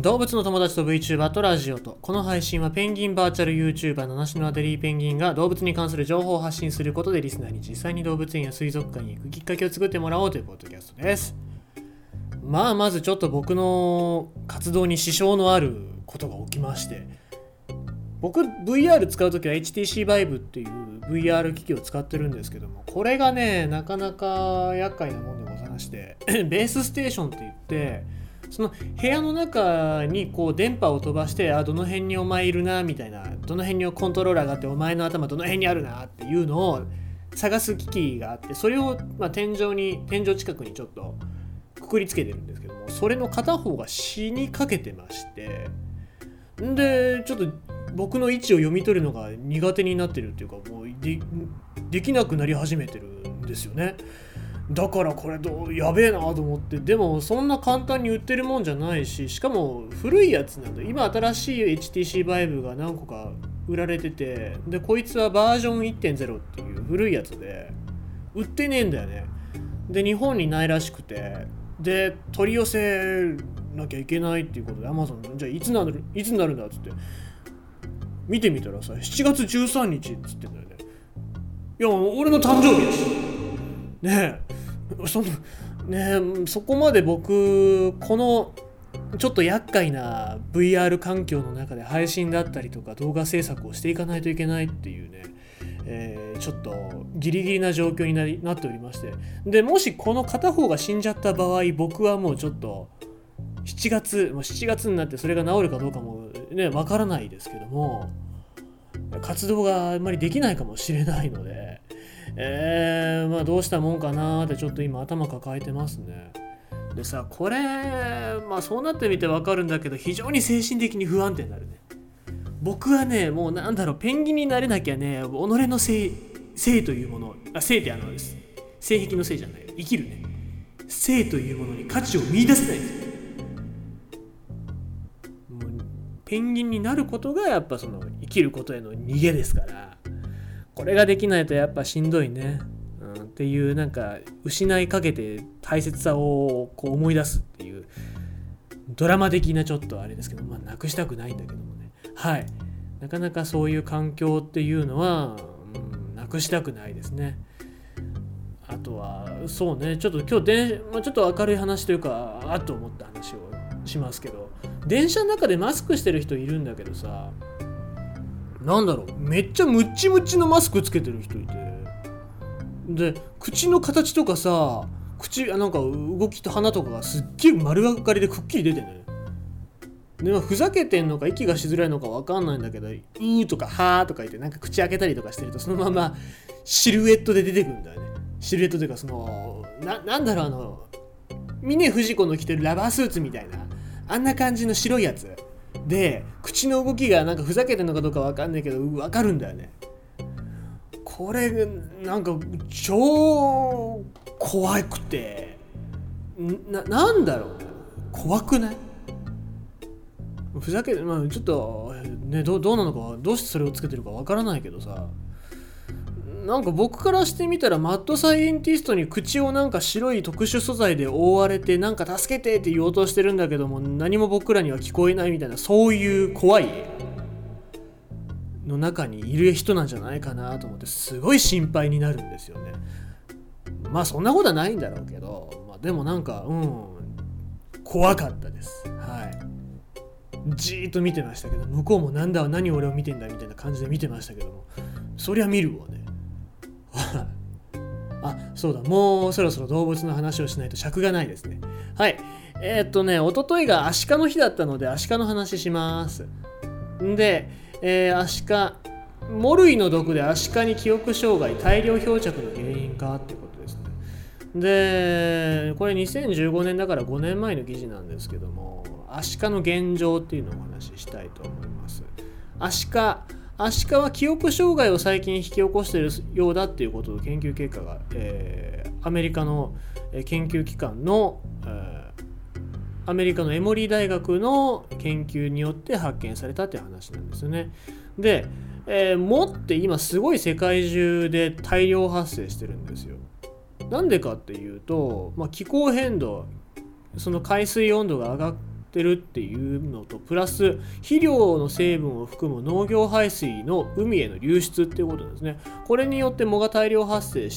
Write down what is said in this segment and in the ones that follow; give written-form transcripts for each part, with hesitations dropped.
動物の友達と VTuber とラジオと、この配信はペンギンバーチャル YouTuber 七種のアデリーペンギンが動物に関する情報を発信することでリスナーに実際に動物園や水族館に行くきっかけを作ってもらおうというポッドキャストです。まずちょっと僕の活動に支障のあることが起きまして、僕 VR 使うときは HTC Vive っていう VR 機器を使ってるんですけども、これがねなかなか厄介なもんでございましてベースステーションって言って、その部屋の中にこう電波を飛ばして、どの辺にお前いるなみたいな、どの辺にコントローラーがあって、お前の頭どの辺にあるなっていうのを探す機器があって、それを天井近くにちょっとくくりつけてるんですけども、それの片方が死にかけてまして、でちょっと僕の位置を読み取るのが苦手になってるっていうか、もう できなくなり始めてるんですよね。だからこれやべえなと思って、でもそんな簡単に売ってるもんじゃないし、しかも古いやつなんで、今新しい HTC Vive が何個か売られてて、でこいつはバージョン 1.0 っていう古いやつで売ってねえんだよね。で日本にないらしくて、で取り寄せなきゃいけないっていうことで Amazon じゃあいつになるんだっつって見てみたらさ、7月13日っつってんだよね。いや俺の誕生日だしねえ、そこまで僕このちょっと厄介な VR 環境の中で配信だったりとか動画制作をしていかないといけないっていうね、ちょっとギリギリな状況になっておりまして、でもしこの片方が死んじゃった場合、僕はもうちょっと7月になってそれが治るかどうかもねわからないですけども、活動があんまりできないかもしれないので、どうしたもんかなーってちょっと今頭抱えてますね。でさ、これそうなってみてわかるんだけど、非常に精神的に不安定になるね。僕はね、もうペンギンになれなきゃね、己の生というもの、生って性癖のせいじゃない、生きるね、生というものに価値を見出せないんですよ。もうペンギンになることがやっぱその生きることへの逃げですから、これができないとやっぱしんどいね、っていう、なんか失いかけて大切さをこう思い出すっていうドラマ的なちょっとあれですけど、なくしたくないんだけどもね、はい、なかなかそういう環境っていうのは、なくしたくないですね。あとはそうね、ちょっと今日ちょっと明るい話というかと思った話をしますけど、電車の中でマスクしてる人いるんだけどさ、めっちゃムッチムチのマスクつけてる人いて、で口の形とかさ、なんか動きと鼻とかがすっげえ丸分かりでくっきり出てね。でふざけてんのか息がしづらいのか分かんないんだけど、うーとかはーとか言ってなんか口開けたりとかしてると、そのままシルエットで出てくるんだよね。シルエットというか、その峰不二子の着てるラバースーツみたいな、あんな感じの白いやつで、口の動きがなんかふざけてるのかどうか分かんないけど分かるんだよね。これなんか超怖くて、なんだろう、怖くない？ふざけて、ちょっとね、どうなのか、どうしてそれをつけてるかわからないけどさ、なんか僕からしてみたらマッドサイエンティストに口をなんか白い特殊素材で覆われて、なんか助けてって言おうとしてるんだけども、何も僕らには聞こえないみたいな、そういう怖いの中にいる人なんじゃないかなと思って、すごい心配になるんですよね。そんなことはないんだろうけど、でもなんか怖かったです。はい。じーっと見てましたけど、向こうも何俺を見てんだみたいな感じで見てましたけども、そりゃ見るわね。そうだ、もうそろそろ動物の話をしないと尺がないですね。はい。一昨日がアシカの日だったので、アシカの話します。で、アシカ、モルイの毒でアシカに記憶障害、大量漂着の原因かっていうことですね。で、これ2015年だから5年前の記事なんですけども、アシカの現状っていうのをお話ししたいと思います。アシカは記憶障害を最近引き起こしているようだっていうことの研究結果が、アメリカの研究機関の、アメリカのエモリー大学の研究によって発見されたっていう話なんですよね。で、もって今すごい世界中で大量発生してるんですよ。なんでかっていうと、気候変動、その海水温度が上がっってるっていうのとプラス肥料の成分を含む農業排水の海への流出っていうことですね。これによって藻が大量発生して、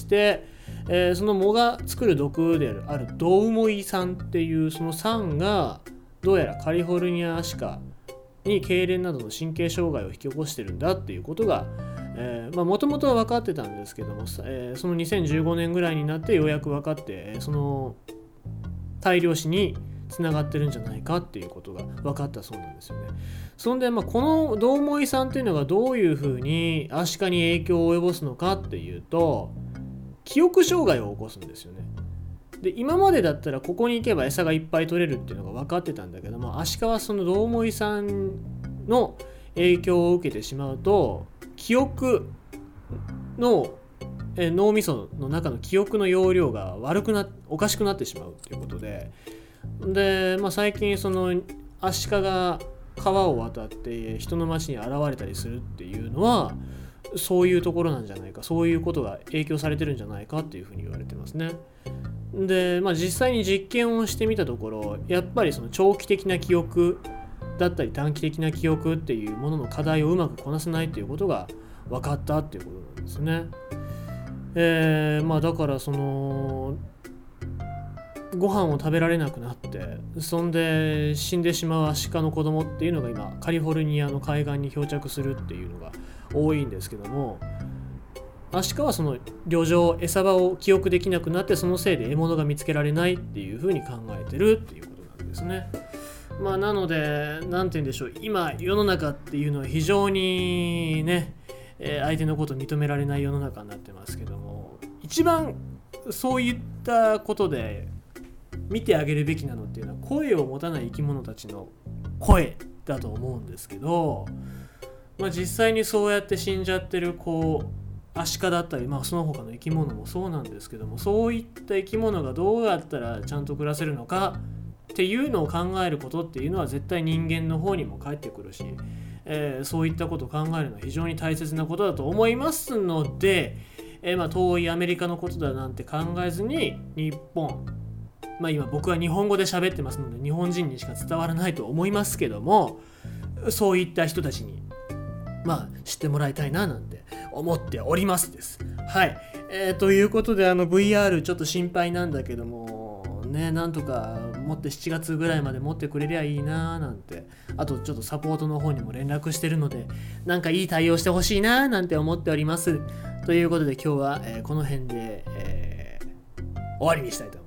その藻が作る毒であるドウモイ酸っていうその酸がどうやらカリフォルニアアシカに痙攣などの神経障害を引き起こしてるんだっていうことがもともとは分かってたんですけども、その2015年ぐらいになってようやく分かって、その大量死につながってるんじゃないかっていうことが分かったそうなんですよね。そんで、このドウモイ酸っていうのがどういうふうにアシカに影響を及ぼすのかっていうと、記憶障害を起こすんですよね。で、今までだったらここに行けば餌がいっぱい取れるっていうのが分かってたんだけども、アシカはそのドウモイ酸の影響を受けてしまうと、記憶の脳みその中の記憶の容量がおかしくなってしまうということで、最近そのアシカが川を渡って人の町に現れたりするっていうのはそういうところなんじゃないか、そういうことが影響されてるんじゃないかっていうふうに言われてますね。で、実際に実験をしてみたところ、やっぱりその長期的な記憶だったり短期的な記憶っていうものの課題をうまくこなせないということが分かったっていうことなんですね。だからそのご飯を食べられなくなって、そんで死んでしまうアシカの子供っていうのが今カリフォルニアの海岸に漂着するっていうのが多いんですけども、アシカはその餌場を記憶できなくなって、そのせいで獲物が見つけられないっていうふうに考えてるっていうことなんですね。なのでなんて言うんでしょう、今世の中っていうのは非常にね、相手のことを認められない世の中になってますけども、一番そういったことで見てあげるべきなのっていうのは声を持たない生き物たちの声だと思うんですけど、実際にそうやって死んじゃってるアシカだったり、その他の生き物もそうなんですけども、そういった生き物がどうやったらちゃんと暮らせるのかっていうのを考えることっていうのは絶対人間の方にも返ってくるし、そういったことを考えるのは非常に大切なことだと思いますので、遠いアメリカのことだなんて考えずに日本、今僕は日本語で喋ってますので日本人にしか伝わらないと思いますけども、そういった人たちに知ってもらいたいななんて思っておりますです。はい、ということでVR ちょっと心配なんだけどもね、なんとか持って7月ぐらいまで持ってくれりゃいいななんて、あとちょっとサポートの方にも連絡してるので、なんかいい対応してほしいななんて思っております。ということで今日は、この辺で、終わりにしたいと思います。